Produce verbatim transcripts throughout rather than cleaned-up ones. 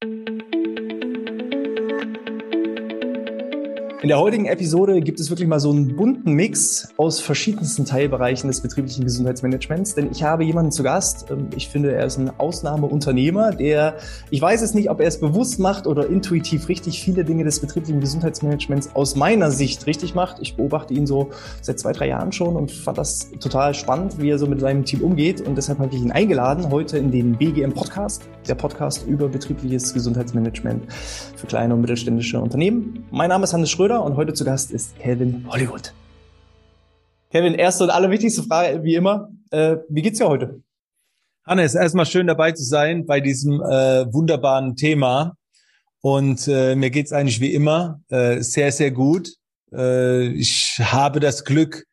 In der heutigen Episode gibt es wirklich mal so einen bunten Mix aus verschiedensten Teilbereichen des betrieblichen Gesundheitsmanagements, denn ich habe jemanden zu Gast. Ich finde, er ist ein Ausnahmeunternehmer, der, ich weiß es nicht, ob er es bewusst macht oder intuitiv richtig viele Dinge des betrieblichen Gesundheitsmanagements aus meiner Sicht richtig macht. Ich beobachte ihn so seit zwei, drei Jahren schon und fand das total spannend, wie er so mit seinem Team umgeht, und deshalb habe ich ihn eingeladen heute in den B G M Podcast, der Podcast über betriebliches Gesundheitsmanagement für kleine und mittelständische Unternehmen. Mein Name ist Hannes Schröder und heute zu Gast ist Kevin Hollywood. Kevin, erste und allerwichtigste Frage, wie immer, äh, wie geht's dir heute? Hannes, erstmal schön dabei zu sein bei diesem äh, wunderbaren Thema. Und äh, mir geht's eigentlich wie immer äh, sehr, sehr gut. Äh, ich habe das Glück,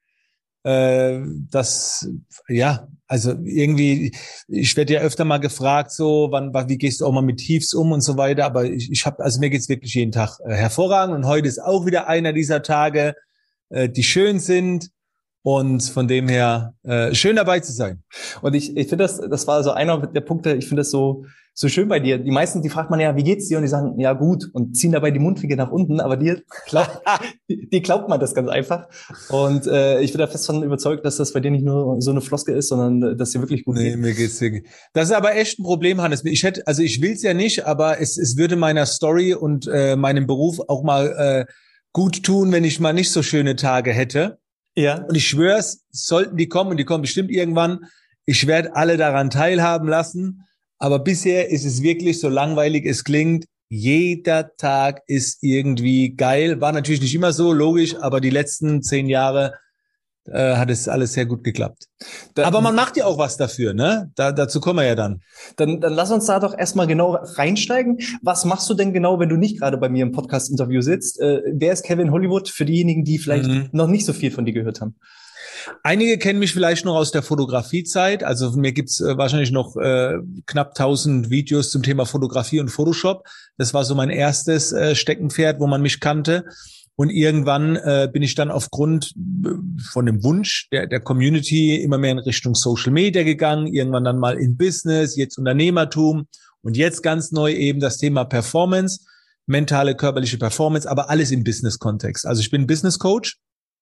äh, dass, ja, also irgendwie, ich werde ja öfter mal gefragt, so, wann, wie gehst du auch mal mit Tiefs um und so weiter, aber ich, ich habe, also mir geht's wirklich jeden Tag äh, hervorragend, und heute ist auch wieder einer dieser Tage, äh, die schön sind, und von dem her äh, schön dabei zu sein. Und ich, ich finde das, das war so einer der Punkte, ich finde das so, so schön bei dir. Die meisten, die fragt man ja, wie geht's dir? Und die sagen, ja gut, und ziehen dabei die Mundwinkel nach unten, aber dir glaubt, die, die glaubt man das ganz einfach. Und äh, ich bin da fest davon überzeugt, dass das bei dir nicht nur so eine Floskel ist, sondern dass dir wirklich gut nee, geht. Nee, mir geht's wirklich. Das ist aber echt ein Problem, Hannes. Ich hätte, also ich will's ja nicht, aber es, es würde meiner Story und äh, meinem Beruf auch mal äh, gut tun, wenn ich mal nicht so schöne Tage hätte. Ja. Und ich schwör's, sollten die kommen, und die kommen bestimmt irgendwann, ich werde alle daran teilhaben lassen. Aber bisher ist es wirklich, so langweilig es klingt, jeder Tag ist irgendwie geil. War natürlich nicht immer so, logisch, aber die letzten zehn Jahre äh, hat es alles sehr gut geklappt. Da, aber man macht ja auch was dafür, ne? Da, dazu kommen wir ja dann. Dann, dann lass uns da doch erstmal genau reinsteigen. Was machst du denn genau, wenn du nicht gerade bei mir im Podcast-Interview sitzt? Äh, wer ist Kevin Hollywood für diejenigen, die vielleicht mhm. noch nicht so viel von dir gehört haben? Einige kennen mich vielleicht noch aus der Fotografiezeit. Also mir gibt's äh, wahrscheinlich noch äh, knapp tausend Videos zum Thema Fotografie und Photoshop. Das war so mein erstes äh, Steckenpferd, wo man mich kannte. Und irgendwann äh, bin ich dann aufgrund äh, von dem Wunsch der, der Community immer mehr in Richtung Social Media gegangen. Irgendwann dann mal in Business, jetzt Unternehmertum und jetzt ganz neu eben das Thema Performance, mentale, körperliche Performance, aber alles im Business-Kontext. Also ich bin Business Coach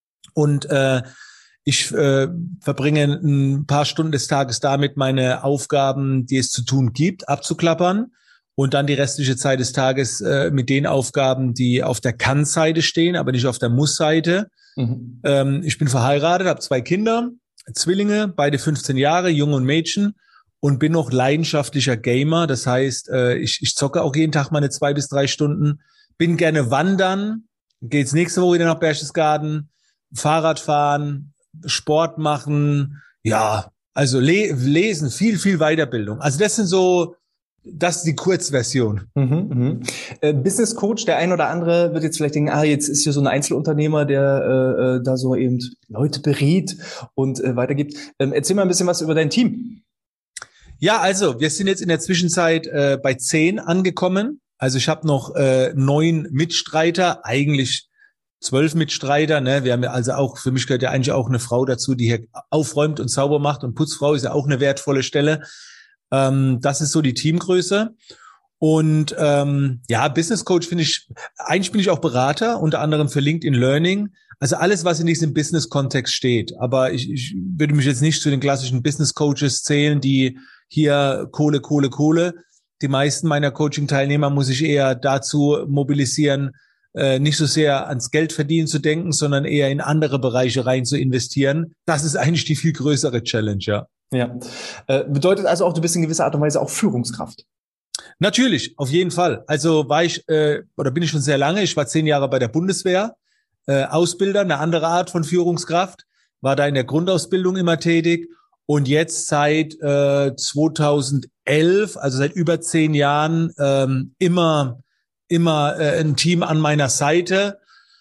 und äh, Ich äh, verbringe ein paar Stunden des Tages damit, meine Aufgaben, die es zu tun gibt, abzuklappern, und dann die restliche Zeit des Tages äh, mit den Aufgaben, die auf der Kann-Seite stehen, aber nicht auf der Muss-Seite. Mhm. Ähm, ich bin verheiratet, habe zwei Kinder, Zwillinge, beide fünfzehn Jahre, Junge und Mädchen, und bin noch leidenschaftlicher Gamer. Das heißt, äh, ich, ich zocke auch jeden Tag meine zwei bis drei Stunden, bin gerne wandern, geht's nächste Woche wieder nach Berchtesgaden, Fahrrad fahren, Sport machen, ja, also le- lesen, viel, viel Weiterbildung. Also das sind so, das ist die Kurzversion. Mhm, mhm. Äh, Business Coach, der ein oder andere wird jetzt vielleicht denken, ah, jetzt ist hier so ein Einzelunternehmer, der äh, da so eben Leute berät und äh, weitergibt. Ähm, erzähl mal ein bisschen was über dein Team. Ja, also wir sind jetzt in der Zwischenzeit äh, bei zehn angekommen. Also ich habe noch äh, neun Mitstreiter, eigentlich zwölf Mitstreiter, ne? Wir haben ja also auch, für mich gehört ja eigentlich auch eine Frau dazu, die hier aufräumt und sauber macht, und Putzfrau ist ja auch eine wertvolle Stelle. Ähm, das ist so die Teamgröße. Und ähm, ja, Business Coach finde ich, eigentlich bin ich auch Berater, unter anderem für LinkedIn Learning. Also alles, was in diesem Business-Kontext steht. Aber ich, ich würde mich jetzt nicht zu den klassischen Business Coaches zählen, die hier Kohle, Kohle, Kohle. Die meisten meiner Coaching-Teilnehmer muss ich eher dazu mobilisieren, Äh, nicht so sehr ans Geld verdienen zu denken, sondern eher in andere Bereiche rein zu investieren. Das ist eigentlich die viel größere Challenge, ja. Ja. Äh, bedeutet also auch, du bist in gewisser Art und Weise auch Führungskraft? Natürlich, auf jeden Fall. Also war ich, äh, oder bin ich schon sehr lange, ich war zehn Jahre bei der Bundeswehr, äh, Ausbilder, eine andere Art von Führungskraft, war da in der Grundausbildung immer tätig, und jetzt seit äh, zweitausendelf, also seit über zehn Jahren, ähm, immer immer äh, ein Team an meiner Seite.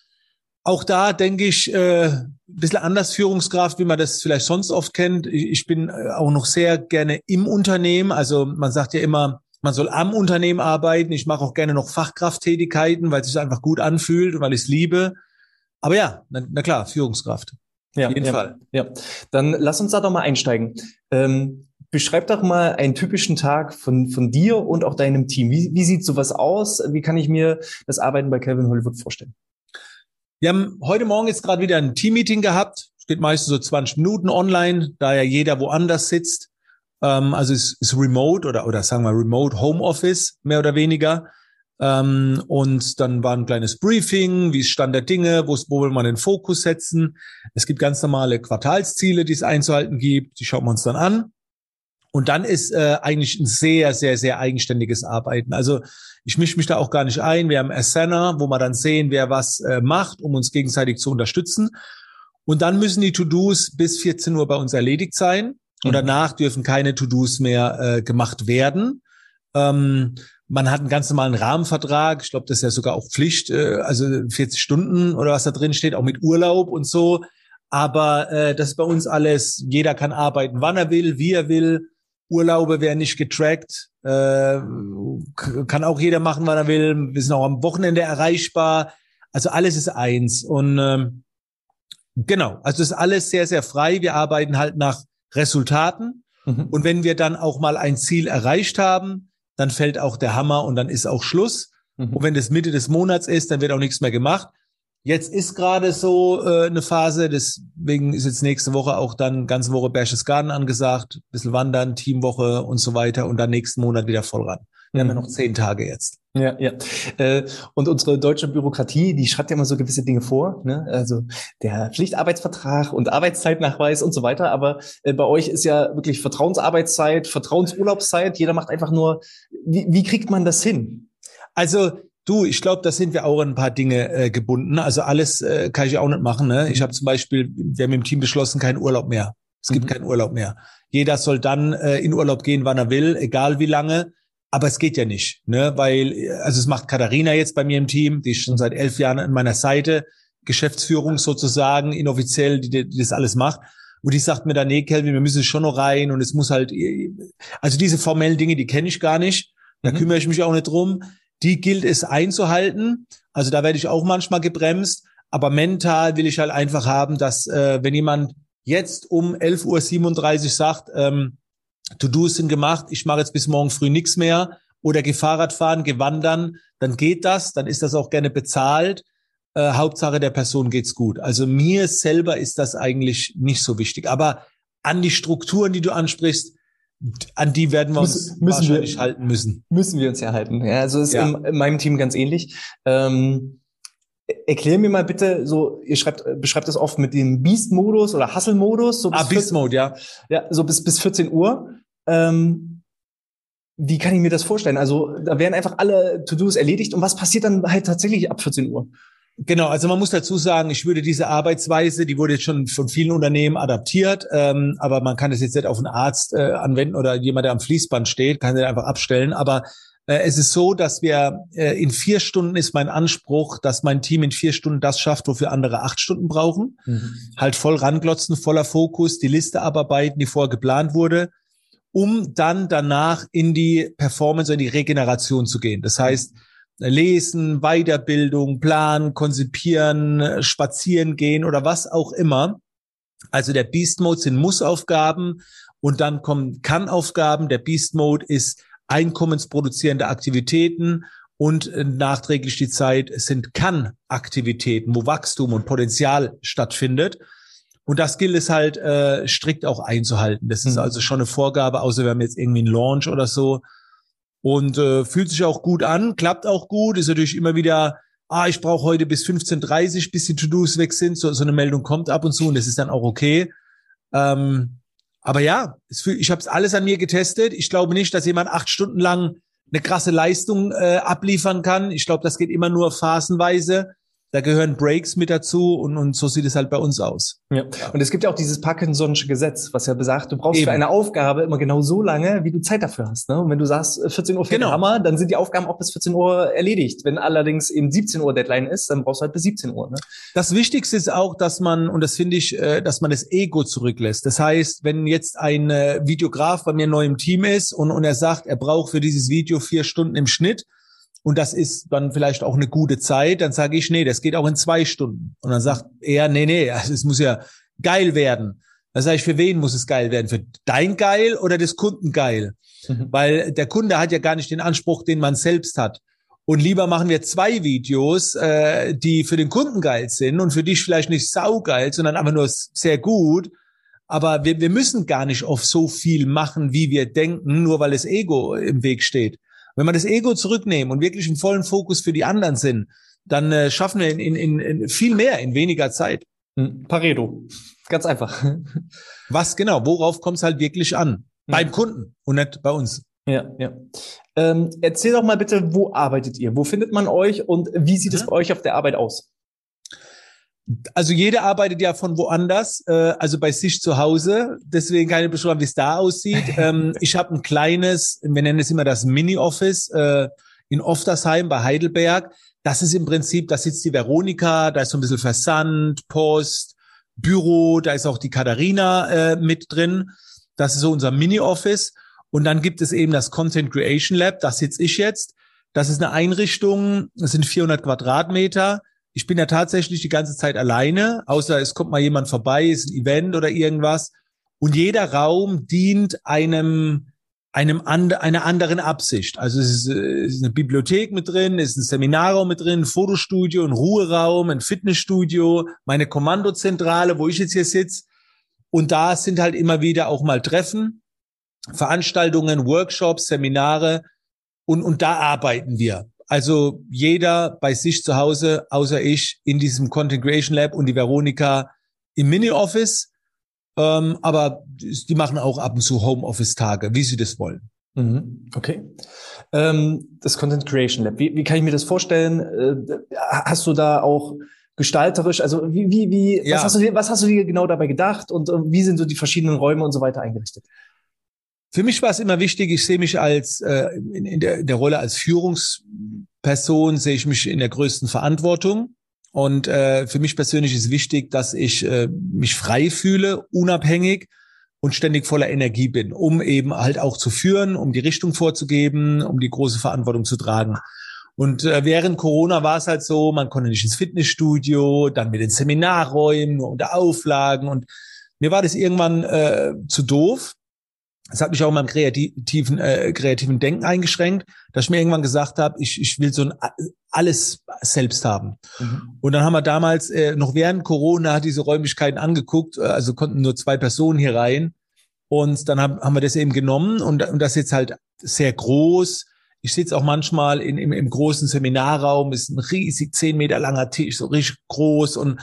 Auch da denke ich, äh, ein bisschen anders Führungskraft, wie man das vielleicht sonst oft kennt. Ich, ich bin auch noch sehr gerne im Unternehmen. Also man sagt ja immer, man soll am Unternehmen arbeiten. Ich mache auch gerne noch Fachkrafttätigkeiten, weil es sich einfach gut anfühlt und weil ich es liebe. Aber ja, na, na klar, Führungskraft. Ja, auf jeden ja, Fall. Ja, dann lass uns da doch mal einsteigen. Ähm, Beschreib doch mal einen typischen Tag von, von dir und auch deinem Team. Wie, wie sieht sowas aus? Wie kann ich mir das Arbeiten bei Calvin Hollywood vorstellen? Wir haben heute Morgen jetzt gerade wieder ein Teammeeting gehabt. Es geht meistens so zwanzig Minuten online, da ja jeder woanders sitzt. Ähm, also es ist remote oder, oder sagen wir remote Homeoffice, mehr oder weniger. Ähm, und dann war ein kleines Briefing, wie ist Stand der Dinge, wo, wo will man den Fokus setzen. Es gibt ganz normale Quartalsziele, die es einzuhalten gibt. Die schauen wir uns dann an. Und dann ist äh, eigentlich ein sehr, sehr, sehr eigenständiges Arbeiten. Also ich mische mich da auch gar nicht ein. Wir haben Asana, wo wir dann sehen, wer was äh, macht, um uns gegenseitig zu unterstützen. Und dann müssen die To-Dos bis vierzehn Uhr bei uns erledigt sein. Und danach dürfen keine To-Dos mehr äh, gemacht werden. Ähm, man hat einen ganz normalen Rahmenvertrag. Ich glaube, das ist ja sogar auch Pflicht. Äh, also vierzig Stunden oder was da drin steht, auch mit Urlaub und so. Aber äh, das ist bei uns alles, jeder kann arbeiten, wann er will, wie er will. Urlaube werden nicht getrackt. Äh, kann auch jeder machen, wann er will. Wir sind auch am Wochenende erreichbar. Also alles ist eins. Und ähm, genau, also das ist alles sehr, sehr frei. Wir arbeiten halt nach Resultaten. Mhm. Und wenn wir dann auch mal ein Ziel erreicht haben, dann fällt auch der Hammer und dann ist auch Schluss. Mhm. Und wenn das Mitte des Monats ist, dann wird auch nichts mehr gemacht. Jetzt ist gerade so äh, eine Phase, deswegen ist jetzt nächste Woche auch dann ganze Woche Berchtesgaden angesagt, bisschen wandern, Teamwoche und so weiter und dann nächsten Monat wieder voll ran. Wir mhm. haben ja noch zehn Tage jetzt. Ja, ja. Äh, und unsere deutsche Bürokratie, die schreibt ja immer so gewisse Dinge vor, ne? Also der Pflichtarbeitsvertrag und Arbeitszeitnachweis und so weiter. Aber äh, bei euch ist ja wirklich Vertrauensarbeitszeit, Vertrauensurlaubszeit. Jeder macht einfach nur. Wie, wie kriegt man das hin? Also du, ich glaube, da sind wir auch an ein paar Dinge äh, gebunden. Also alles äh, kann ich auch nicht machen. Ne? Ich habe zum Beispiel, wir haben im Team beschlossen, keinen Urlaub mehr. Es gibt mhm. keinen Urlaub mehr. Jeder soll dann äh, in Urlaub gehen, wann er will, egal wie lange. Aber es geht ja nicht, ne? Weil, also es macht Katharina jetzt bei mir im Team, die ist schon seit elf Jahren an meiner Seite, Geschäftsführung sozusagen, inoffiziell, die, die das alles macht. Und die sagt mir dann, nee, Calvin, wir müssen schon noch rein und es muss halt, also diese formellen Dinge, die kenne ich gar nicht. Da mhm. kümmere ich mich auch nicht drum. Die gilt es einzuhalten. Also da werde ich auch manchmal gebremst. Aber mental will ich halt einfach haben, dass äh, wenn jemand jetzt um elf Uhr siebenunddreißig sagt, ähm, To-Dos sind gemacht, ich mache jetzt bis morgen früh nichts mehr oder geh Fahrrad fahren, geh wandern, dann geht das, dann ist das auch gerne bezahlt. Äh, Hauptsache der Person geht's gut. Also mir selber ist das eigentlich nicht so wichtig. Aber an die Strukturen, die du ansprichst, an die werden wir uns müssen, müssen wahrscheinlich wir, halten müssen. Müssen wir uns ja halten. Ja, also ist ja. in, in meinem Team ganz ähnlich. Ähm, erklär mir mal bitte, so ihr schreibt, beschreibt das oft mit dem Beast-Modus oder Hustle-Modus. So ah, Beast-Mode, ja. Ja, so bis bis vierzehn Uhr. Ähm, wie kann ich mir das vorstellen? Also da werden einfach alle To-Dos erledigt und was passiert dann halt tatsächlich ab vierzehn Uhr? Genau, also man muss dazu sagen, ich würde diese Arbeitsweise, die wurde jetzt schon von vielen Unternehmen adaptiert, ähm, aber man kann das jetzt nicht auf einen Arzt äh, anwenden oder jemand, der am Fließband steht, kann den einfach abstellen. Aber äh, es ist so, dass wir äh, in vier Stunden ist mein Anspruch, dass mein Team in vier Stunden das schafft, wofür andere acht Stunden brauchen. Mhm. Halt voll ranglotzen, voller Fokus, die Liste abarbeiten, die vorher geplant wurde, um dann danach in die Performance, in die Regeneration zu gehen. Das heißt, Lesen, Weiterbildung, planen, konzipieren, spazieren gehen oder was auch immer. Also der Beast Mode sind Muss-Aufgaben und dann kommen Kann-Aufgaben. Der Beast Mode ist einkommensproduzierende Aktivitäten und nachträglich die Zeit sind Kann-Aktivitäten, wo Wachstum und Potenzial stattfindet. Und das gilt es halt äh, strikt auch einzuhalten. Das ist mhm. also schon eine Vorgabe, außer wir haben jetzt irgendwie einen Launch oder so. Und äh, fühlt sich auch gut an, klappt auch gut, ist natürlich immer wieder, ah, ich brauche heute bis fünfzehn Uhr dreißig, bis die To-Dos weg sind, so, so eine Meldung kommt ab und zu und das ist dann auch okay. Ähm, aber ja, es fühl, ich habe es alles an mir getestet. Ich glaube nicht, dass jemand acht Stunden lang eine krasse Leistung äh, abliefern kann. Ich glaube, das geht immer nur phasenweise. Da gehören Breaks mit dazu und, und so sieht es halt bei uns aus. Ja. Und es gibt ja auch dieses Parkinson'sche Gesetz, was ja besagt, du brauchst Eben. für eine Aufgabe immer genau so lange, wie du Zeit dafür hast. Ne? Und wenn du sagst, vierzehn Uhr fängt der Hammer, dann sind die Aufgaben auch bis vierzehn Uhr erledigt. Wenn allerdings eben siebzehn Uhr Deadline ist, dann brauchst du halt bis siebzehn Uhr. Ne? Das Wichtigste ist auch, dass man, und das finde ich, dass man das Ego zurücklässt. Das heißt, wenn jetzt ein Videograf bei mir neu im Team ist und, und er sagt, er braucht für dieses Video vier Stunden im Schnitt, und das ist dann vielleicht auch eine gute Zeit, dann sage ich, nee, das geht auch in zwei Stunden. Und dann sagt er, nee, nee, also es muss ja geil werden. Da sage ich, für wen muss es geil werden? Für dein Geil oder des Kunden geil? Mhm. Weil der Kunde hat ja gar nicht den Anspruch, den man selbst hat. Und lieber machen wir zwei Videos, äh, die für den Kunden geil sind und für dich vielleicht nicht saugeil, sondern einfach nur sehr gut. Aber wir, wir müssen gar nicht auf so viel machen, wie wir denken, nur weil das Ego im Weg steht. Wenn wir das Ego zurücknehmen und wirklich einen vollen Fokus für die anderen sind, dann äh, schaffen wir in, in, in viel mehr in weniger Zeit. Pareto. Ganz einfach. Was genau? Worauf kommt es halt wirklich an? Mhm. Beim Kunden und nicht bei uns. Ja, ja. Ähm, erzähl doch mal bitte, wo arbeitet ihr? Wo findet man euch und wie sieht mhm. es bei euch auf der Arbeit aus? Also jeder arbeitet ja von woanders, äh, also bei sich zu Hause. Deswegen kann ich beschreiben, wie es da aussieht. ähm, ich habe ein kleines, wir nennen es immer das Mini-Office äh, in Oftersheim bei Heidelberg. Das ist im Prinzip, da sitzt die Veronika, da ist so ein bisschen Versand, Post, Büro, da ist auch die Katharina äh, mit drin. Das ist so unser Mini-Office. Und dann gibt es eben das Content Creation Lab, da sitze ich jetzt. Das ist eine Einrichtung, das sind vierhundert Quadratmeter. Ich bin ja tatsächlich die ganze Zeit alleine, außer es kommt mal jemand vorbei, ist ein Event oder irgendwas. Und jeder Raum dient einem, einem and, einer anderen Absicht. Also es ist, es ist eine Bibliothek mit drin, es ist ein Seminarraum mit drin, ein Fotostudio, ein Ruheraum, ein Fitnessstudio, meine Kommandozentrale, wo ich jetzt hier sitze. Und da sind halt immer wieder auch mal Treffen, Veranstaltungen, Workshops, Seminare und, und da arbeiten wir. Also jeder bei sich zu Hause, außer ich, in diesem Content Creation Lab und die Veronika im Mini-Office. Ähm, aber die machen auch ab und zu Homeoffice-Tage, wie sie das wollen. Mhm, okay. Ähm, das Content Creation Lab, wie, wie kann ich mir das vorstellen? Äh, hast du da auch gestalterisch, also wie, wie, wie, ja. was hast du dir, was hast du dir genau dabei gedacht und, und wie sind so die verschiedenen Räume und so weiter eingerichtet? Für mich war es immer wichtig, ich sehe mich als äh, in, in, der, in der Rolle als Führungsperson, sehe ich mich in der größten Verantwortung. Und äh, für mich persönlich ist wichtig, dass ich äh, mich frei fühle, unabhängig und ständig voller Energie bin, um eben halt auch zu führen, um die Richtung vorzugeben, um die große Verantwortung zu tragen. Und äh, während Corona war es halt so, man konnte nicht ins Fitnessstudio, dann mit den Seminarräumen, nur unter Auflagen. Und mir war das irgendwann äh, zu doof. Das hat mich auch in meinem kreativen, äh, kreativen Denken eingeschränkt, dass ich mir irgendwann gesagt habe, ich, ich will so ein alles selbst haben. Mhm. Und dann haben wir damals äh, noch während Corona diese Räumlichkeiten angeguckt, also konnten nur zwei Personen hier rein. Und dann haben, haben wir das eben genommen und, und das ist jetzt halt sehr groß. Ich sitze auch manchmal in, im, im großen Seminarraum, ist ein riesig zehn Meter langer Tisch, so richtig groß und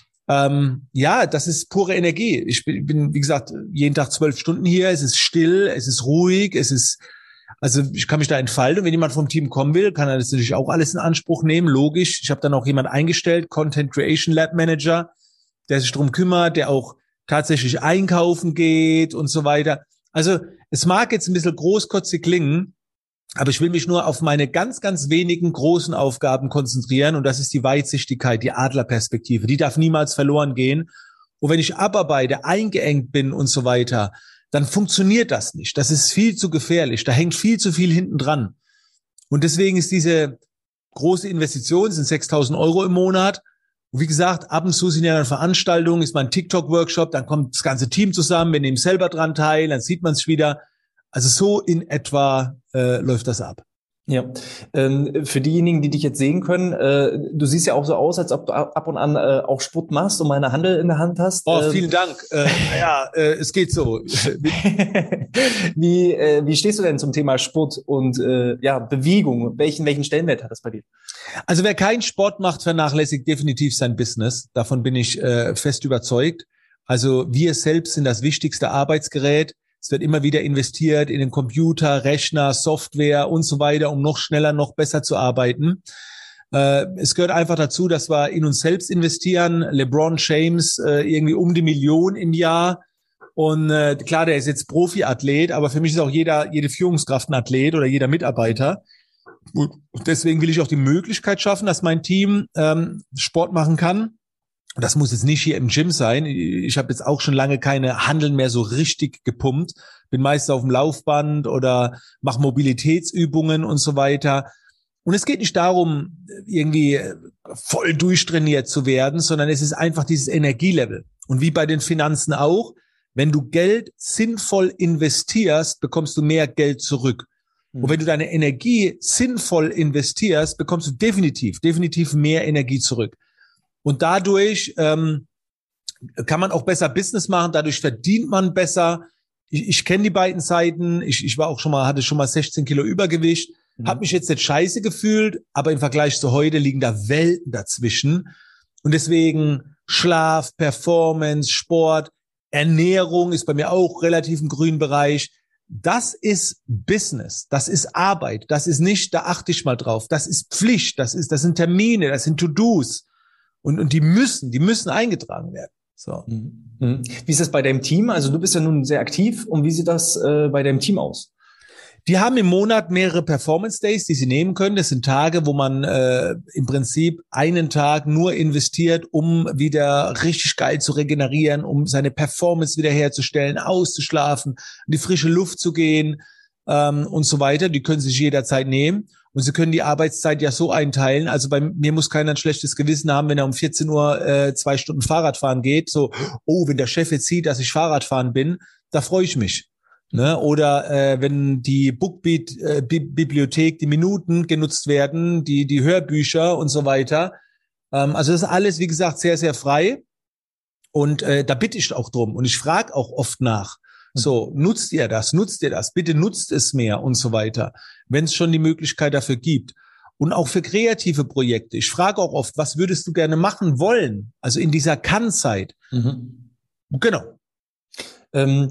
Ähm, ja, das ist pure Energie. Ich bin, bin, wie gesagt, jeden Tag zwölf Stunden hier. Es ist still, es ist ruhig, es ist, also ich kann mich da entfalten. Und wenn jemand vom Team kommen will, kann er das natürlich auch alles in Anspruch nehmen. Logisch. Ich habe dann auch jemand eingestellt, Content Creation Lab Manager, der sich drum kümmert, der auch tatsächlich einkaufen geht und so weiter. Also es mag jetzt ein bisschen großkotzig klingen, aber ich will mich nur auf meine ganz, ganz wenigen großen Aufgaben konzentrieren. Und das ist die Weitsichtigkeit, die Adlerperspektive. Die darf niemals verloren gehen. Und wenn ich abarbeite, eingeengt bin und so weiter, dann funktioniert das nicht. Das ist viel zu gefährlich. Da hängt viel zu viel hinten dran. Und deswegen ist diese große Investition, sind sechstausend Euro im Monat. Und wie gesagt, ab und zu sind ja dann Veranstaltungen, ist mal ein TikTok-Workshop, dann kommt das ganze Team zusammen, wir nehmen selber dran teil, dann sieht man es wieder. Also so in etwa äh, läuft das ab. Ja, ähm, für diejenigen, die dich jetzt sehen können, äh, du siehst ja auch so aus, als ob du ab und an äh, auch Sport machst und mal eine Handel in der Hand hast. Oh, vielen ähm. Dank. Äh, ja, äh, es geht so. wie äh, wie stehst du denn zum Thema Sport und äh, ja Bewegung? Welchen welchen Stellenwert hat das bei dir? Also wer keinen Sport macht, vernachlässigt definitiv sein Business. Davon bin ich äh, fest überzeugt. Also wir selbst sind das wichtigste Arbeitsgerät. Es wird immer wieder investiert in den Computer, Rechner, Software und so weiter, um noch schneller, noch besser zu arbeiten. Äh, es gehört einfach dazu, dass wir in uns selbst investieren. LeBron James äh, irgendwie um die Million im Jahr. Und äh, klar, der ist jetzt Profiathlet, aber für mich ist auch jeder, jede Führungskraft ein Athlet oder jeder Mitarbeiter. Und deswegen will ich auch die Möglichkeit schaffen, dass mein Team ähm, Sport machen kann. Und das muss jetzt nicht hier im Gym sein. Ich habe jetzt auch schon lange keine Handeln mehr so richtig gepumpt. Bin meist auf dem Laufband oder mache Mobilitätsübungen und so weiter. Und es geht nicht darum, irgendwie voll durchtrainiert zu werden, sondern es ist einfach dieses Energielevel. Und wie bei den Finanzen auch, Wenn du Geld sinnvoll investierst, bekommst du mehr Geld zurück. Und wenn du deine Energie sinnvoll investierst, bekommst du definitiv, definitiv mehr Energie zurück. Und dadurch ähm, kann man auch besser Business machen, dadurch verdient man besser. Ich, ich kenne die beiden Seiten. Ich, ich war auch schon mal, hatte schon mal sechzehn Kilo Übergewicht, mhm. habe mich jetzt nicht scheiße gefühlt, aber im Vergleich zu heute liegen da Welten dazwischen. Und deswegen Schlaf, Performance, Sport, Ernährung ist bei mir auch relativ im grünen Bereich. Das ist Business, das ist Arbeit, das ist nicht, da achte ich mal drauf, das ist Pflicht, das ist, das sind Termine, das sind To-Dos und, und die müssen, die müssen eingetragen werden. So. Mhm. Wie ist das bei deinem Team? Also du bist ja nun sehr aktiv und wie sieht das äh, bei deinem Team aus? Die haben im Monat mehrere Performance Days, die sie nehmen können. Das sind Tage, wo man äh, im Prinzip einen Tag nur investiert, um wieder richtig geil zu regenerieren, um seine Performance wiederherzustellen, auszuschlafen, in die frische Luft zu gehen ähm, und so weiter. Die können sich jederzeit nehmen. Und sie können die Arbeitszeit ja so einteilen. Also bei mir muss keiner ein schlechtes Gewissen haben, wenn er um vierzehn Uhr äh, zwei Stunden Fahrrad fahren geht. So, oh, wenn der Chef jetzt sieht, dass ich Fahrrad fahren bin, da freue ich mich. Ne, oder äh, wenn die Bookbeat-Bibliothek, äh, die Minuten genutzt werden, die die Hörbücher und so weiter. Ähm, also das ist alles, wie gesagt, sehr, sehr frei. Und äh, da bitte ich auch drum. Und ich frage auch oft nach. So, nutzt ihr das? Nutzt ihr das? Bitte nutzt es mehr und so weiter, wenn es schon die Möglichkeit dafür gibt. Und auch für kreative Projekte. Ich frage auch oft, was würdest du gerne machen wollen? Also in dieser Kann-Zeit. Mhm. Genau. Ähm,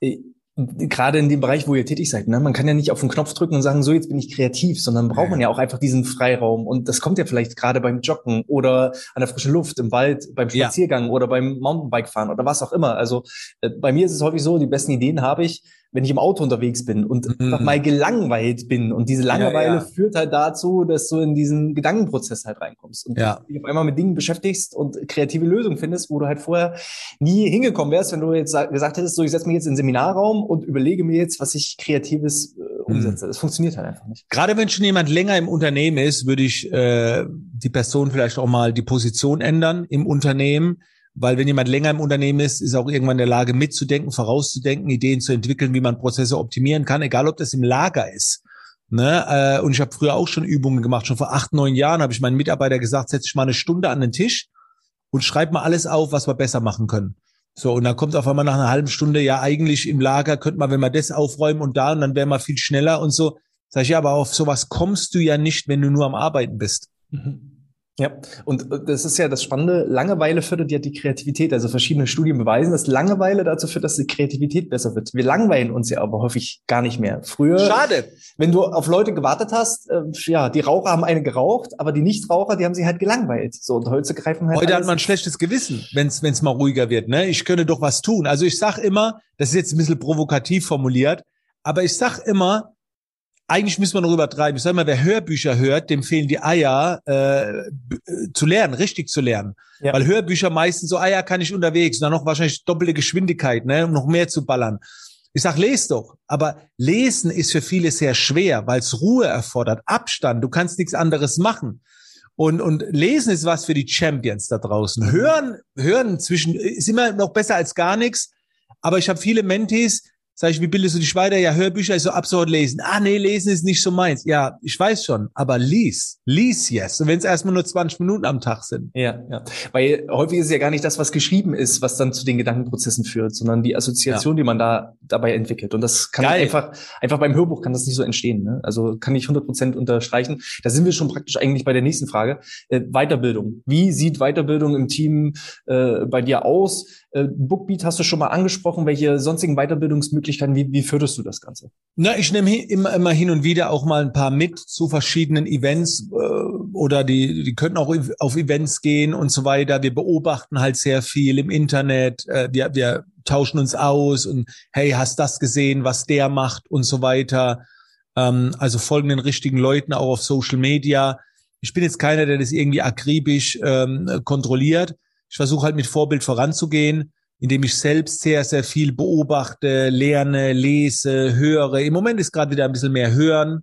Gerade in dem Bereich, wo ihr tätig seid, ne? Man kann ja nicht auf den Knopf drücken und sagen, so, jetzt bin ich kreativ, sondern braucht man ja auch einfach diesen Freiraum. Und das kommt ja vielleicht gerade beim Joggen oder an der frischen Luft, im Wald, beim Spaziergang ja. oder beim Mountainbike-Fahren oder was auch immer. Also äh, bei mir ist es häufig so, die besten Ideen habe ich, wenn ich im Auto unterwegs bin und mhm. einfach mal gelangweilt bin. Und diese Langeweile ja, ja. führt halt dazu, dass du in diesen Gedankenprozess halt reinkommst. Und ja. dich auf einmal mit Dingen beschäftigst und kreative Lösungen findest, wo du halt vorher nie hingekommen wärst, wenn du jetzt gesagt hättest, so, ich setze mich jetzt in den Seminarraum und überlege mir jetzt, was ich Kreatives äh, umsetze. Mhm. Das funktioniert halt einfach nicht. Gerade wenn schon jemand länger im Unternehmen ist, würde ich äh, die Person vielleicht auch mal die Position ändern im Unternehmen. Weil wenn jemand länger im Unternehmen ist, ist er auch irgendwann in der Lage mitzudenken, vorauszudenken, Ideen zu entwickeln, wie man Prozesse optimieren kann, egal ob das im Lager ist. Ne? Äh, und ich habe früher auch schon Übungen gemacht. Schon vor acht, neun Jahren habe ich meinen Mitarbeiter gesagt, setz dich mal eine Stunde an den Tisch und schreib mal alles auf, was wir besser machen können. So, und dann kommt auf einmal nach einer halben Stunde, ja, eigentlich im Lager könnte man, wenn wir das aufräumen und da, und dann wären wir viel schneller und so. Sag ich, ja, aber auf sowas kommst du ja nicht, wenn du nur am Arbeiten bist. Mhm. Ja, und das ist ja das Spannende, Langeweile fördert ja die Kreativität. Also verschiedene Studien beweisen, dass Langeweile dazu führt, dass die Kreativität besser wird. Wir langweilen uns ja aber häufig gar nicht mehr. Früher, schade, wenn du auf Leute gewartet hast, äh, ja, die Raucher haben eine geraucht, aber die Nichtraucher, die haben sich halt gelangweilt. So, und heute greifen halt Heute alles. hat man ein schlechtes Gewissen, wenn es wenn es mal ruhiger wird. Ne? Ich könnte doch was tun. Also ich sag immer, das ist jetzt ein bisschen provokativ formuliert, aber ich sag immer, eigentlich müssen wir noch übertreiben. Ich sage mal, wer Hörbücher hört, dem fehlen die Eier äh, zu lernen, richtig zu lernen. Ja. Weil Hörbücher meistens so, Eier kann ich unterwegs, und dann noch wahrscheinlich doppelte Geschwindigkeit, ne, um noch mehr zu ballern. Ich sag, les doch. Aber lesen ist für viele sehr schwer, weil es Ruhe erfordert, Abstand. Du kannst nichts anderes machen. Und und lesen ist was für die Champions da draußen. Hören, hören zwischen ist immer noch besser als gar nichts. Aber ich habe viele Mentees. Sag ich, wie bildest du dich weiter? Ja, Hörbücher ist so absurd lesen. Ah, nee, lesen ist nicht so meins. Ja, ich weiß schon, aber lies. Lies yes. Und wenn es erstmal nur zwanzig Minuten am Tag sind. Ja, ja. Weil häufig ist es ja gar nicht das, was geschrieben ist, was dann zu den Gedankenprozessen führt, sondern die Assoziation, ja. die man da dabei entwickelt. Und das kann Geil. einfach, einfach beim Hörbuch kann das nicht so entstehen. Ne? Also kann ich hundert Prozent unterstreichen. Da sind wir schon praktisch eigentlich bei der nächsten Frage. Äh, Weiterbildung. Wie sieht Weiterbildung im Team äh, bei dir aus? Äh, Bookbeat hast du schon mal angesprochen. Welche sonstigen Weiterbildungsmöglichkeiten Wie, wie förderst du das Ganze? Na, ich nehme immer, immer hin und wieder auch mal ein paar mit zu verschiedenen Events äh, oder die, die könnten auch auf Events gehen und so weiter. Wir beobachten halt sehr viel im Internet. Äh, wir, wir tauschen uns aus und hey, hast das gesehen, was der macht und so weiter. Ähm, also folgen den richtigen Leuten auch auf Social Media. Ich bin jetzt keiner, der das irgendwie akribisch ähm, kontrolliert. Ich versuche halt mit Vorbild voranzugehen, indem ich selbst sehr, sehr viel beobachte, lerne, lese, höre. Im Moment ist gerade wieder ein bisschen mehr hören.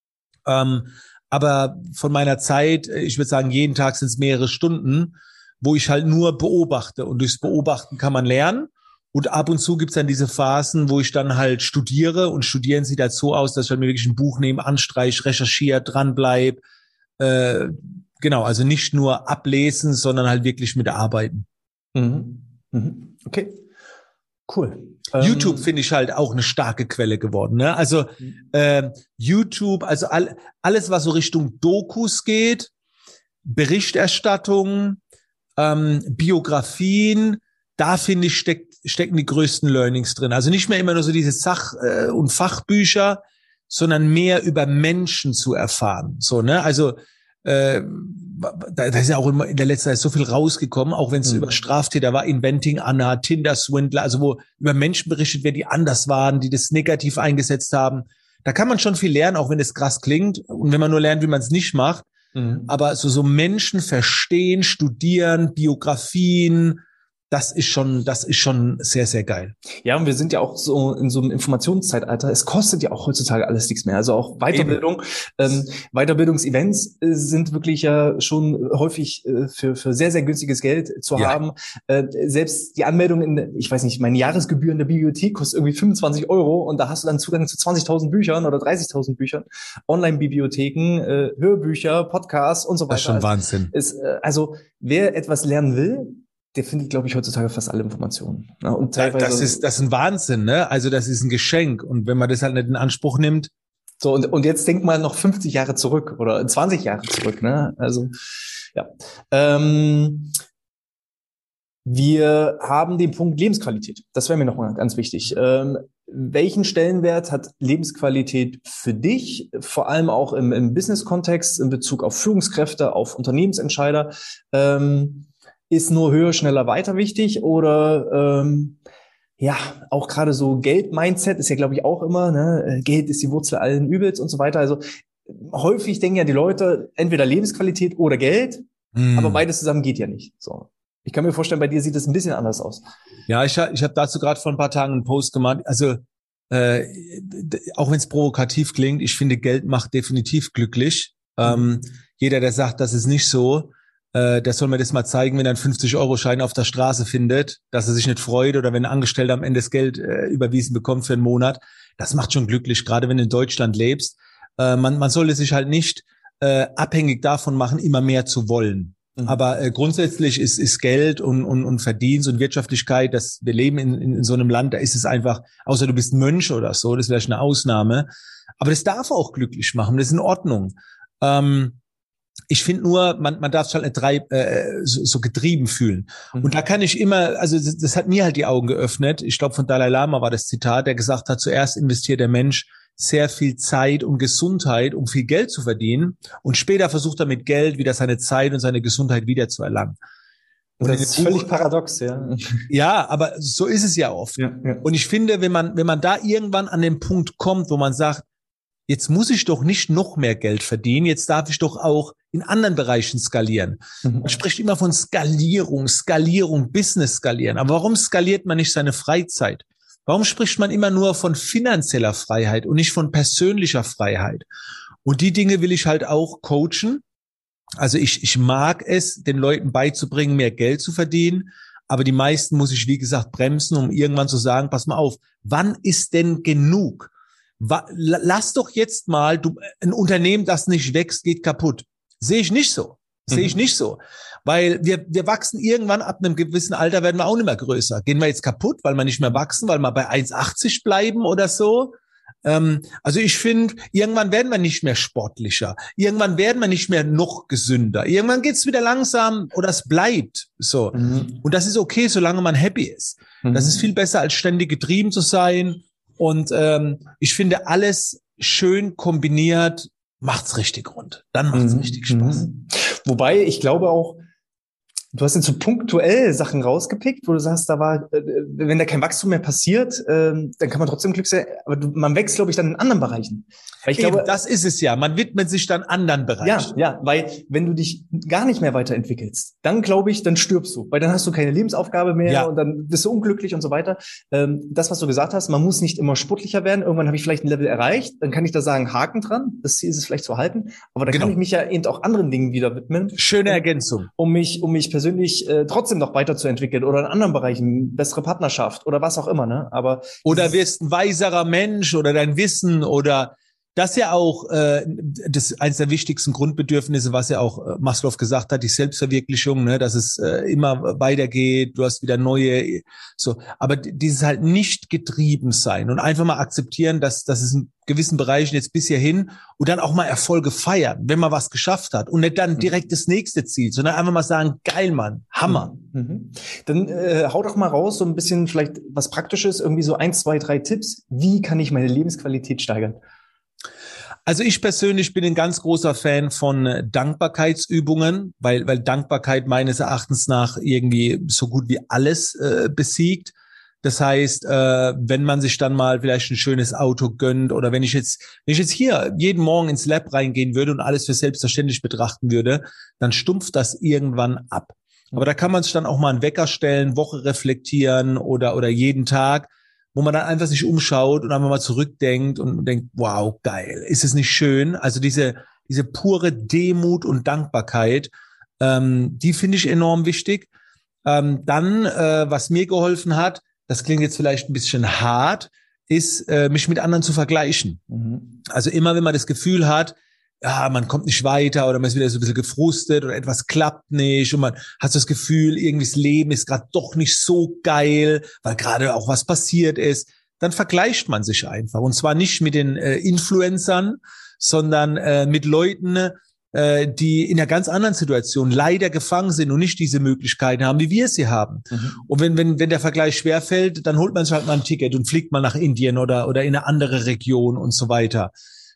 Ähm, aber von meiner Zeit, ich würde sagen, jeden Tag sind es mehrere Stunden, wo ich halt nur beobachte. Und durchs Beobachten kann man lernen. Und ab und zu gibt's dann diese Phasen, wo ich dann halt studiere und studieren sieht halt so aus, dass ich halt mir wirklich ein Buch nehme, anstreiche, recherchiere, dranbleib. Äh, genau, also nicht nur ablesen, sondern halt wirklich mitarbeiten. Mhm. Mhm. Okay, cool. YouTube Ähm, finde ich halt auch eine starke Quelle geworden. Ne? Also äh, YouTube, also all, alles, was so Richtung Dokus geht, Berichterstattung, ähm, Biografien, da finde ich steckt, stecken die größten Learnings drin. Also nicht mehr immer nur so diese Sach- äh, und Fachbücher, sondern mehr über Menschen zu erfahren. So, ne? Also äh, da, da ist ja auch immer in der letzten Zeit so viel rausgekommen, auch wenn es Mhm. über Straftäter war, Inventing Anna, Tinder-Swindler, also wo über Menschen berichtet wird, die anders waren, die das negativ eingesetzt haben. Da kann man schon viel lernen, auch wenn es krass klingt und wenn man nur lernt, wie man es nicht macht. Mhm. Aber so, so Menschen verstehen, studieren, Biografien, das ist schon, das ist schon sehr, sehr geil. Ja, und wir sind ja auch so in so einem Informationszeitalter. Es kostet ja auch heutzutage alles nichts mehr. Also auch Weiterbildung, ähm, Weiterbildungsevents äh, sind wirklich ja schon häufig äh, für für sehr, sehr günstiges Geld zu Ja. haben. Äh, selbst die Anmeldung in, ich weiß nicht, meine Jahresgebühr in der Bibliothek kostet irgendwie fünfundzwanzig Euro und da hast du dann Zugang zu zwanzigtausend Büchern oder dreißigtausend Büchern, Online-Bibliotheken, äh, Hörbücher, Podcasts und so weiter. Das ist schon also, Wahnsinn. ist, äh, also wer etwas lernen will, der findet, glaube ich, heutzutage fast alle Informationen. Ja, und teilweise, das ist, das ist ein Wahnsinn, ne? Also das ist ein Geschenk. Und wenn man das halt nicht in Anspruch nimmt. So, und, und jetzt denk mal noch fünfzig Jahre zurück oder zwanzig Jahre zurück, ne? Also, ja. Ähm, wir haben den Punkt Lebensqualität. Das wäre mir nochmal ganz wichtig. Ähm, welchen Stellenwert hat Lebensqualität für dich, vor allem auch im, im Business-Kontext, in Bezug auf Führungskräfte, auf Unternehmensentscheider? Ähm, Ist nur höher, schneller, weiter wichtig oder ähm, ja, auch gerade so Geld-Mindset ist ja, glaube ich, auch immer, ne? Geld ist die Wurzel allen Übels und so weiter. Also häufig denken ja die Leute entweder Lebensqualität oder Geld, Hm. aber beides zusammen geht ja nicht. So, ich kann mir vorstellen, bei dir sieht es ein bisschen anders aus. Ja, ich, ich habe dazu gerade vor ein paar Tagen einen Post gemacht. Also äh, auch wenn es provokativ klingt, ich finde, Geld macht definitiv glücklich. Mhm. Ähm, jeder, der sagt, das ist nicht so, äh, der soll mir das mal zeigen, wenn er einen fünfzig-Euro-Schein auf der Straße findet, dass er sich nicht freut oder wenn ein Angestellter am Ende das Geld äh, überwiesen bekommt für einen Monat. Das macht schon glücklich, gerade wenn du in Deutschland lebst. Äh, man, man sollte sich halt nicht äh, abhängig davon machen, immer mehr zu wollen. Mhm. Aber äh, grundsätzlich ist, ist Geld und, und, und Verdienst und Wirtschaftlichkeit, dass wir leben in, in, in so einem Land, da ist es einfach, außer du bist ein Mönch oder so, das wäre eine Ausnahme. Aber das darf auch glücklich machen, das ist in Ordnung. Ähm, Ich finde nur, man, man darf es halt nicht drei, äh, so, so getrieben fühlen. Mhm. Und da kann ich immer, also das, das hat mir halt die Augen geöffnet. Ich glaube, von Dalai Lama war das Zitat, der gesagt hat, zuerst investiert der Mensch sehr viel Zeit und Gesundheit, um viel Geld zu verdienen. Und später versucht er mit Geld wieder seine Zeit und seine Gesundheit wieder zu erlangen. Und das ist Buch, völlig paradox, ja. Ja, aber so ist es ja oft. Ja, ja. Und ich finde, wenn man, wenn man da irgendwann an den Punkt kommt, wo man sagt, jetzt muss ich doch nicht noch mehr Geld verdienen, jetzt darf ich doch auch in anderen Bereichen skalieren. Mhm. Man spricht immer von Skalierung, Skalierung, Business skalieren. Aber warum skaliert man nicht seine Freizeit? Warum spricht man immer nur von finanzieller Freiheit und nicht von persönlicher Freiheit? Und die Dinge will ich halt auch coachen. Also ich, ich mag es, den Leuten beizubringen, mehr Geld zu verdienen. Aber die meisten muss ich, wie gesagt, bremsen, um irgendwann zu sagen, pass mal auf, wann ist denn genug? Lass doch jetzt mal, du, ein Unternehmen, das nicht wächst, geht kaputt. Sehe ich nicht so. Sehe ich nicht so. Weil wir, wir wachsen irgendwann, ab einem gewissen Alter werden wir auch nicht mehr größer. Gehen wir jetzt kaputt, weil wir nicht mehr wachsen, weil wir bei eins achtzig bleiben oder so? Ähm, also ich finde, irgendwann werden wir nicht mehr sportlicher. Irgendwann werden wir nicht mehr noch gesünder. Irgendwann geht's wieder langsam oder es bleibt so. Mhm. Und das ist okay, solange man happy ist. Mhm. Das ist viel besser, als ständig getrieben zu sein. Und ähm, ich finde, alles schön kombiniert macht's richtig rund. Dann macht's mhm. richtig Spaß. Wobei, ich glaube auch, du hast jetzt so punktuell Sachen rausgepickt, wo du sagst, da war, äh, wenn da kein Wachstum mehr passiert, äh, dann kann man trotzdem Glück sein, aber du, man wächst, glaube ich, dann in anderen Bereichen. Weil ich Eben, glaube, das ist es ja. Man widmet sich dann anderen Bereichen. Ja, ja, weil wenn du dich gar nicht mehr weiterentwickelst, dann glaube ich, dann stirbst du, weil dann hast du keine Lebensaufgabe mehr ja. und dann bist du unglücklich und so weiter. Ähm, das, was du gesagt hast, man muss nicht immer sportlicher werden. Irgendwann habe ich vielleicht ein Level erreicht, dann kann ich da sagen, Haken dran. Das Ziel ist es vielleicht zu halten, aber dann genau. kann ich mich ja eben auch anderen Dingen wieder widmen. Schöne Ergänzung. Um mich, um mich persönlich persönlich äh, trotzdem noch weiterzuentwickeln oder in anderen Bereichen bessere Partnerschaft oder was auch immer, ne? Aber oder wirst ein weiserer Mensch oder dein Wissen oder das ja auch äh, das eines der wichtigsten Grundbedürfnisse, was ja auch äh, Maslow gesagt hat, die Selbstverwirklichung, ne, dass es äh, immer weitergeht, du hast wieder neue, so, aber dieses halt nicht getrieben sein und einfach mal akzeptieren, dass dass es in gewissen Bereichen jetzt bis hierhin und dann auch mal Erfolge feiern, wenn man was geschafft hat und nicht dann direkt das nächste Ziel, sondern einfach mal sagen, geil, Mann, Hammer. Mhm. Dann äh, hau doch mal raus, so ein bisschen vielleicht was Praktisches, irgendwie so ein, zwei, drei Tipps. Wie kann ich meine Lebensqualität steigern? Also ich persönlich bin ein ganz großer Fan von äh, Dankbarkeitsübungen, weil weil Dankbarkeit meines Erachtens nach irgendwie so gut wie alles äh, besiegt. Das heißt, äh, wenn man sich dann mal vielleicht ein schönes Auto gönnt oder wenn ich jetzt wenn ich jetzt hier jeden Morgen ins Lab reingehen würde und alles für selbstverständlich betrachten würde, dann stumpft das irgendwann ab. Aber da kann man sich dann auch mal einen Wecker stellen, Woche reflektieren oder oder jeden Tag, wo man dann einfach sich umschaut und einfach mal zurückdenkt und denkt, wow, geil, ist es nicht schön? Also diese diese pure Demut und Dankbarkeit, ähm, die finde ich enorm wichtig. Ähm, dann, äh, was mir geholfen hat, das klingt jetzt vielleicht ein bisschen hart, ist, äh, mich mit anderen zu vergleichen. Mhm. Also immer, wenn man das Gefühl hat, ja, man kommt nicht weiter oder man ist wieder so ein bisschen gefrustet oder etwas klappt nicht und man hat so das Gefühl, irgendwie das Leben ist gerade doch nicht so geil, weil gerade auch was passiert ist, dann vergleicht man sich einfach. Und zwar nicht mit den äh, Influencern, sondern äh, mit Leuten, äh, die in einer ganz anderen Situation leider gefangen sind und nicht diese Möglichkeiten haben, wie wir sie haben. Mhm. Und wenn, wenn, wenn der Vergleich schwerfällt, dann holt man sich halt mal ein Ticket und fliegt mal nach Indien oder, oder in eine andere Region und so weiter.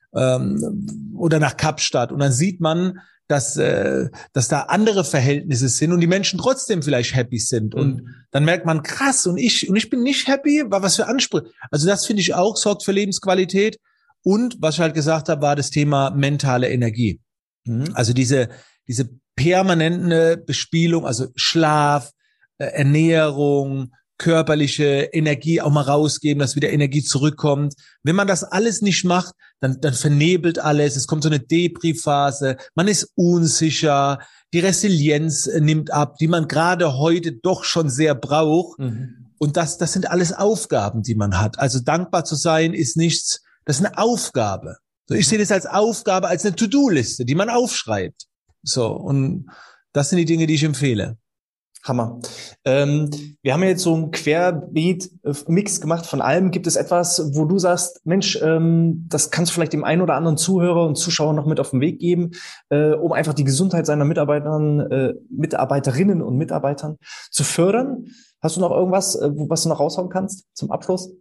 Ähm, oder nach Kapstadt und dann sieht man, dass äh, dass da andere Verhältnisse sind und die Menschen trotzdem vielleicht happy sind mhm. und dann merkt man krass und ich und ich bin nicht happy, was für Ansprüche. Also das finde ich auch sorgt für Lebensqualität und was ich halt gesagt habe, war das Thema mentale Energie. Mhm. Also diese diese permanente Bespielung, also Schlaf, äh, Ernährung, körperliche Energie auch mal rausgeben, dass wieder Energie zurückkommt. Wenn man das alles nicht macht, dann, dann vernebelt alles. Es kommt so eine Depri-Phase. Man ist unsicher. Die Resilienz nimmt ab, die man gerade heute doch schon sehr braucht. Mhm. Und das, das sind alles Aufgaben, die man hat. Also dankbar zu sein ist nichts, das ist eine Aufgabe. So, ich sehe das als Aufgabe, als eine To-Do-Liste, die man aufschreibt. So. Und das sind die Dinge, die ich empfehle. Hammer. Ähm, wir haben ja jetzt so einen Querbeet-Mix gemacht von allem. Gibt es etwas, wo du sagst, Mensch, ähm, das kannst du vielleicht dem einen oder anderen Zuhörer und Zuschauer noch mit auf den Weg geben, äh, um einfach die Gesundheit seiner Mitarbeitern, äh, Mitarbeiterinnen und Mitarbeitern zu fördern? Hast du noch irgendwas, äh, was du noch raushauen kannst zum Abschluss?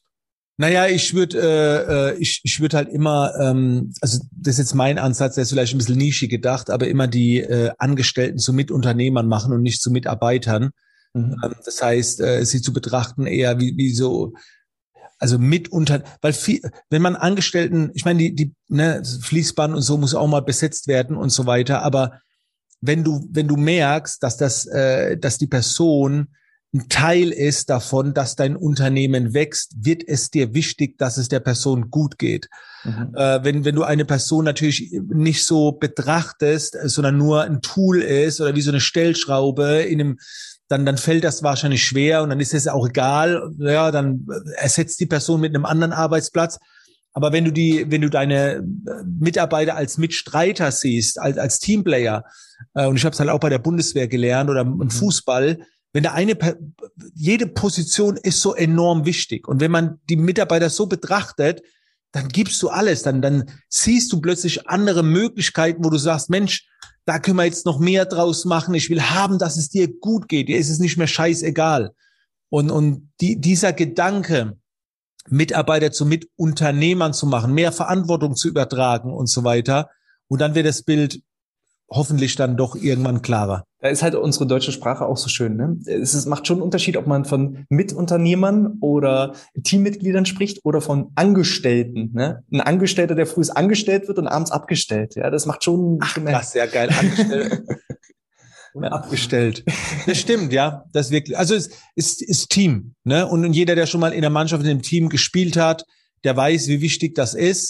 Naja, ich würde äh, ich ich würde halt immer, ähm, also das ist jetzt mein Ansatz, der ist vielleicht ein bisschen nischig gedacht, aber immer die äh, Angestellten zu Mitunternehmern machen und nicht zu Mitarbeitern. Mhm. Ähm, das heißt, äh, sie zu betrachten eher wie wie so, also mitunter, weil viel, wenn man Angestellten, ich meine, die die ne, Fließband und so muss auch mal besetzt werden und so weiter, aber wenn du wenn du merkst, dass das äh, dass die Person ein Teil ist davon, dass dein Unternehmen wächst, wird es dir wichtig, dass es der Person gut geht. Mhm. Äh, wenn, wenn du eine Person natürlich nicht so betrachtest, sondern nur ein Tool ist oder wie so eine Stellschraube in einem, dann, dann fällt das wahrscheinlich schwer und dann ist es auch egal. Ja, dann ersetzt die Person mit einem anderen Arbeitsplatz. Aber wenn du die, wenn du deine Mitarbeiter als Mitstreiter siehst, als, als Teamplayer, äh, und ich habe es halt auch bei der Bundeswehr gelernt oder im Fußball, wenn da eine, jede Position ist so enorm wichtig. Und wenn man die Mitarbeiter so betrachtet, dann gibst du alles. Dann, dann siehst du plötzlich andere Möglichkeiten, wo du sagst, Mensch, da können wir jetzt noch mehr draus machen. Ich will haben, dass es dir gut geht. Dir ist es nicht mehr scheißegal. Und, und die, dieser Gedanke, Mitarbeiter zu Mitunternehmern zu machen, mehr Verantwortung zu übertragen und so weiter. Und dann wird das Bild hoffentlich dann doch irgendwann klarer. Da ist halt unsere deutsche Sprache auch so schön, ne? Es ist, macht schon einen Unterschied, ob man von Mitunternehmern oder Teammitgliedern spricht oder von Angestellten, ne? Ein Angestellter, der früh angestellt wird und abends abgestellt, ja, das macht schon... Ach, das ist ja geil, angestellt und ja. abgestellt. Das stimmt, ja, das wirklich, also es ist, ist Team, ne? Und jeder, der schon mal in der Mannschaft, in einem Team gespielt hat, der weiß, wie wichtig das ist.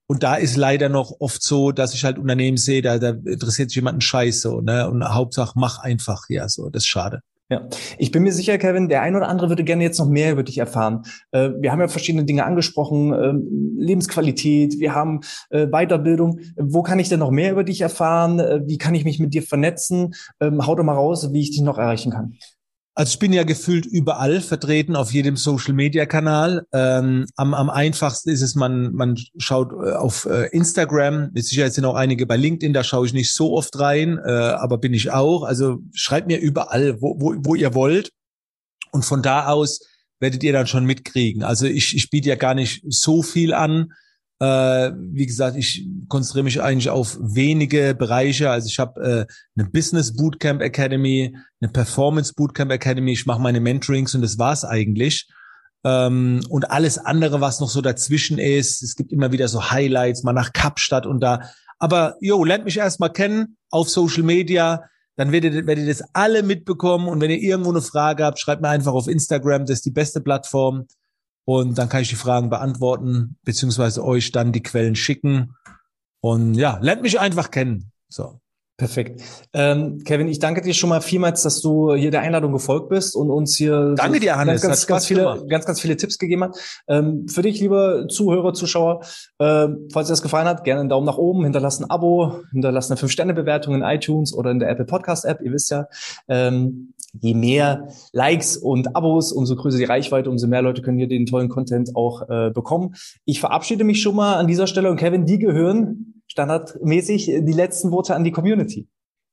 Und da ist leider noch oft so, dass ich halt Unternehmen sehe, da, da interessiert sich jemand einen Scheiß so, ne? Und Hauptsache mach einfach, ja, so, das ist schade. Ja, ich bin mir sicher, Kevin, der ein oder andere würde gerne jetzt noch mehr über dich erfahren. Äh, wir haben ja verschiedene Dinge angesprochen, äh, Lebensqualität, wir haben äh, Weiterbildung. Wo kann ich denn noch mehr über dich erfahren? Äh, wie kann ich mich mit dir vernetzen? Ähm, hau doch mal raus, wie ich dich noch erreichen kann. Also ich bin ja gefühlt überall vertreten, auf jedem Social-Media-Kanal. Ähm, am, am einfachsten ist es, man, man schaut äh, auf äh, Instagram. Mit Sicherheit sind auch einige bei LinkedIn, da schaue ich nicht so oft rein, äh, aber bin ich auch. Also schreibt mir überall, wo, wo, wo ihr wollt. Und von da aus werdet ihr dann schon mitkriegen. Also ich, ich biete ja gar nicht so viel an. Äh, wie gesagt, ich konzentriere mich eigentlich auf wenige Bereiche. Also ich habe äh, eine Business Bootcamp Academy, eine Performance Bootcamp Academy. Ich mache meine Mentorings und das war's eigentlich. Ähm, und alles andere, was noch so dazwischen ist, es gibt immer wieder so Highlights, mal nach Kapstadt und da. Aber jo, lernt mich erstmal kennen auf Social Media. Dann werdet, werdet ihr das alle mitbekommen. Und wenn ihr irgendwo eine Frage habt, schreibt mir einfach auf Instagram. Das ist die beste Plattform. Und dann kann ich die Fragen beantworten, beziehungsweise euch dann die Quellen schicken. Und ja, lernt mich einfach kennen. So. Perfekt. Ähm, Kevin, ich danke dir schon mal vielmals, dass du hier der Einladung gefolgt bist und uns hier danke so dir, Hannes. ganz, ganz, ganz viele, ganz, ganz viele Tipps gegeben hast. Ähm, für dich, liebe Zuhörer, Zuschauer, äh, falls dir das gefallen hat, gerne einen Daumen nach oben, hinterlasst ein Abo, hinterlasst eine fünf Sterne Bewertung in iTunes oder in der Apple Podcast App. Ihr wisst ja, ähm, je mehr Likes und Abos, umso größer die Reichweite, umso mehr Leute können hier den tollen Content auch äh, bekommen. Ich verabschiede mich schon mal an dieser Stelle und Kevin, die gehören standardmäßig die letzten Worte an die Community.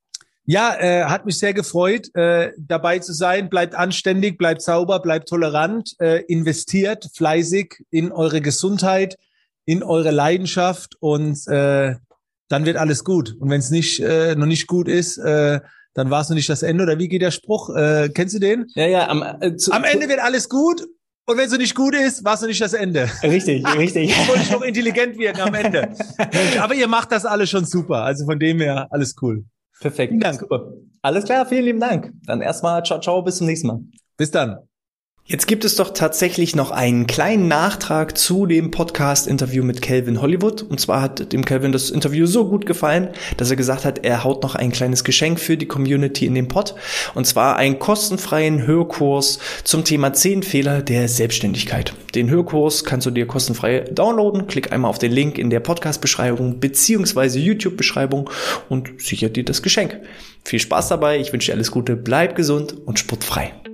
Ja, äh, hat mich sehr gefreut, äh, dabei zu sein. Bleibt anständig, bleibt sauber, bleibt tolerant, äh, investiert fleißig in eure Gesundheit, in eure Leidenschaft und äh, dann wird alles gut. Und wenn es nicht äh, noch nicht gut ist, äh, dann war es noch nicht das Ende. Oder wie geht der Spruch? Äh, kennst du den? Ja, ja. Am, äh, zu, am Ende wird alles gut. Und wenn es so nicht gut ist, war es noch nicht das Ende. Richtig, Ach, richtig. Jetzt wollte ich noch intelligent wirken am Ende. Aber ihr macht das alles schon super. Also von dem her, alles cool. Perfekt. Vielen Dank. Super. Alles klar, vielen lieben Dank. Dann erstmal ciao, ciao, bis zum nächsten Mal. Bis dann. Jetzt gibt es doch tatsächlich noch einen kleinen Nachtrag zu dem Podcast-Interview mit Calvin Hollywood. Und zwar hat dem Calvin das Interview so gut gefallen, dass er gesagt hat, er haut noch ein kleines Geschenk für die Community in den Pod. Und zwar einen kostenfreien Hörkurs zum Thema zehn Fehler der Selbstständigkeit. Den Hörkurs kannst du dir kostenfrei downloaden. Klick einmal auf den Link in der Podcast-Beschreibung beziehungsweise YouTube-Beschreibung und sichert dir das Geschenk. Viel Spaß dabei, ich wünsche dir alles Gute, bleib gesund und sportfrei.